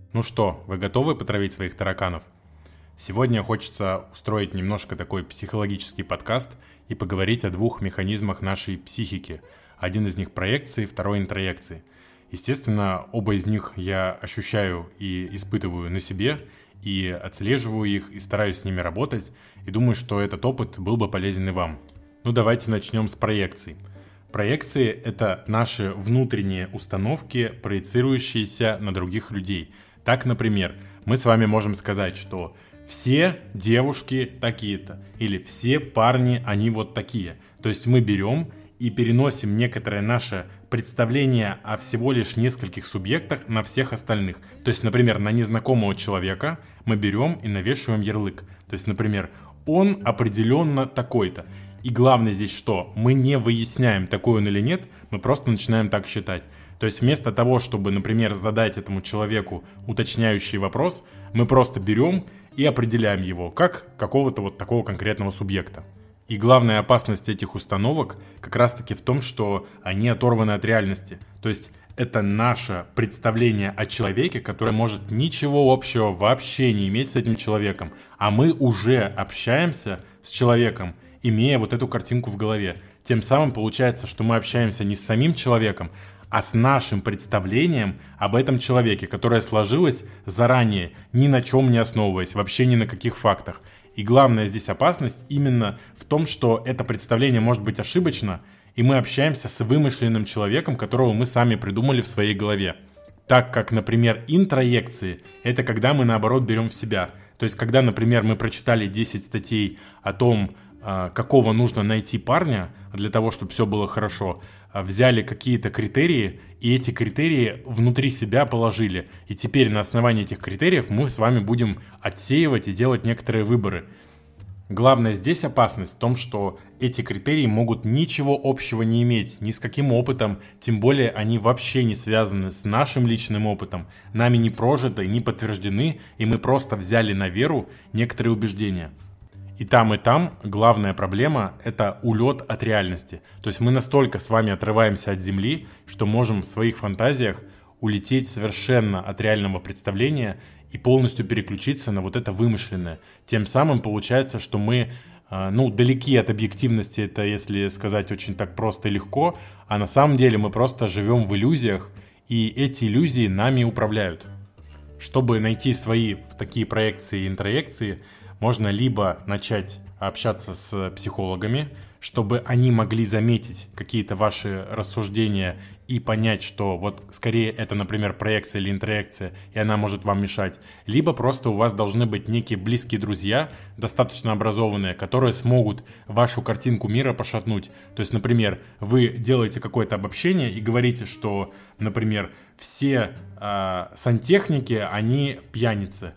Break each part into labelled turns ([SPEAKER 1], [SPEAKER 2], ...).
[SPEAKER 1] Ну что, вы готовы потравить своих тараканов? Сегодня хочется устроить немножко такой психологический подкаст и поговорить о двух механизмах нашей психики. Один из них проекции, второй интроекции. Естественно, оба из них я ощущаю и испытываю на себе, и отслеживаю их, и стараюсь с ними работать, и думаю, что этот опыт был бы полезен и вам. Ну давайте начнем с проекций. Проекции — это наши внутренние установки, проецирующиеся на других людей. Так, например, мы с вами можем сказать, что все девушки такие-то, или все парни, они вот такие. То есть мы берем и переносим некоторое наше представление о всего лишь нескольких субъектах на всех остальных. То есть, например, на незнакомого человека мы берем и навешиваем ярлык. То есть, например, он определенно такой-то. И главное здесь что? Мы не выясняем, такой он или нет, мы просто начинаем так считать. То есть вместо того, чтобы, например, задать этому человеку уточняющий вопрос, мы просто берем и определяем его как какого-то вот такого конкретного субъекта. И главная опасность этих установок как раз-таки в том, что они оторваны от реальности. То есть это наше представление о человеке, которое может ничего общего вообще не иметь с этим человеком. А мы уже общаемся с человеком, имея вот эту картинку в голове. Тем самым получается, что мы общаемся не с самим человеком, а с нашим представлением об этом человеке, которое сложилось заранее, ни на чем не основываясь, вообще ни на каких фактах. И главная здесь опасность именно в том, что это представление может быть ошибочно, и мы общаемся с вымышленным человеком, которого мы сами придумали в своей голове. Так как, например, интроекции – это когда мы, наоборот, берем в себя. То есть, когда, например, мы прочитали 10 статей о том, какого нужно найти парня для того, чтобы все было хорошо, взяли какие-то критерии, и эти критерии внутри себя положили. И теперь на основании этих критериев мы с вами будем отсеивать и делать некоторые выборы. Главная здесь опасность в том, что эти критерии могут ничего общего не иметь ни с каким опытом, тем более они вообще не связаны с нашим личным опытом, нами не прожиты, не подтверждены, и мы просто взяли на веру некоторые убеждения. И там главная проблема – это улет от реальности. То есть мы настолько с вами отрываемся от земли, что можем в своих фантазиях улететь совершенно от реального представления и полностью переключиться на вот это вымышленное. Тем самым получается, что мы далеки от объективности, это если сказать очень так просто и легко, а на самом деле мы просто живем в иллюзиях, и эти иллюзии нами управляют. Чтобы найти свои такие проекции и интроекции, можно либо начать общаться с психологами, чтобы они могли заметить какие-то ваши рассуждения и понять, что вот скорее это, например, проекция или интроекция, и она может вам мешать. Либо просто у вас должны быть некие близкие друзья, достаточно образованные, которые смогут вашу картинку мира пошатнуть. То есть, например, вы делаете какое-то обобщение и говорите, что, например, все сантехники, они пьяницы.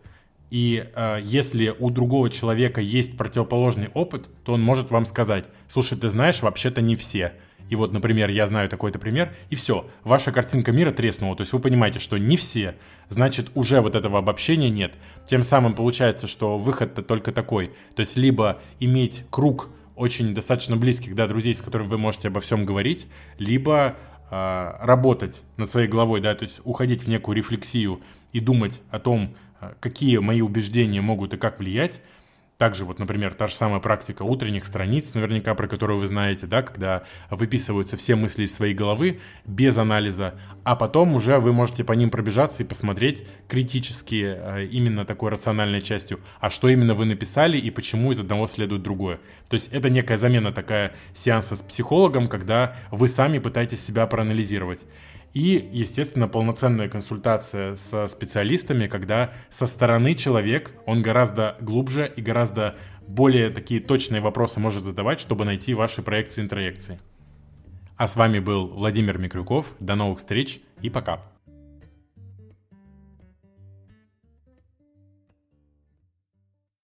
[SPEAKER 1] И если у другого человека есть противоположный опыт, то он может вам сказать: слушай, ты знаешь, вообще-то не все. И вот, например, я знаю такой-то пример, и все, ваша картинка мира треснула. То есть вы понимаете, что не все, значит, уже вот этого обобщения нет. Тем самым получается, что выход-то только такой. То есть либо иметь круг очень достаточно близких, друзей, с которыми вы можете обо всем говорить, либо работать над своей головой, то есть уходить в некую рефлексию и думать о том, какие мои убеждения могут и как влиять. Также вот, например, та же самая практика утренних страниц, наверняка про которую вы знаете, когда выписываются все мысли из своей головы без анализа, а потом уже вы можете по ним пробежаться и посмотреть критически, именно такой рациональной частью, а что именно вы написали и почему из одного следует другое. То есть это некая замена такая сеанса с психологом, когда вы сами пытаетесь себя проанализировать. И, естественно, полноценная консультация со специалистами, когда со стороны человек, он гораздо глубже и гораздо более такие точные вопросы может задавать, чтобы найти ваши проекции и интроекции. А с вами был Владимир Микрюков. До новых встреч и пока.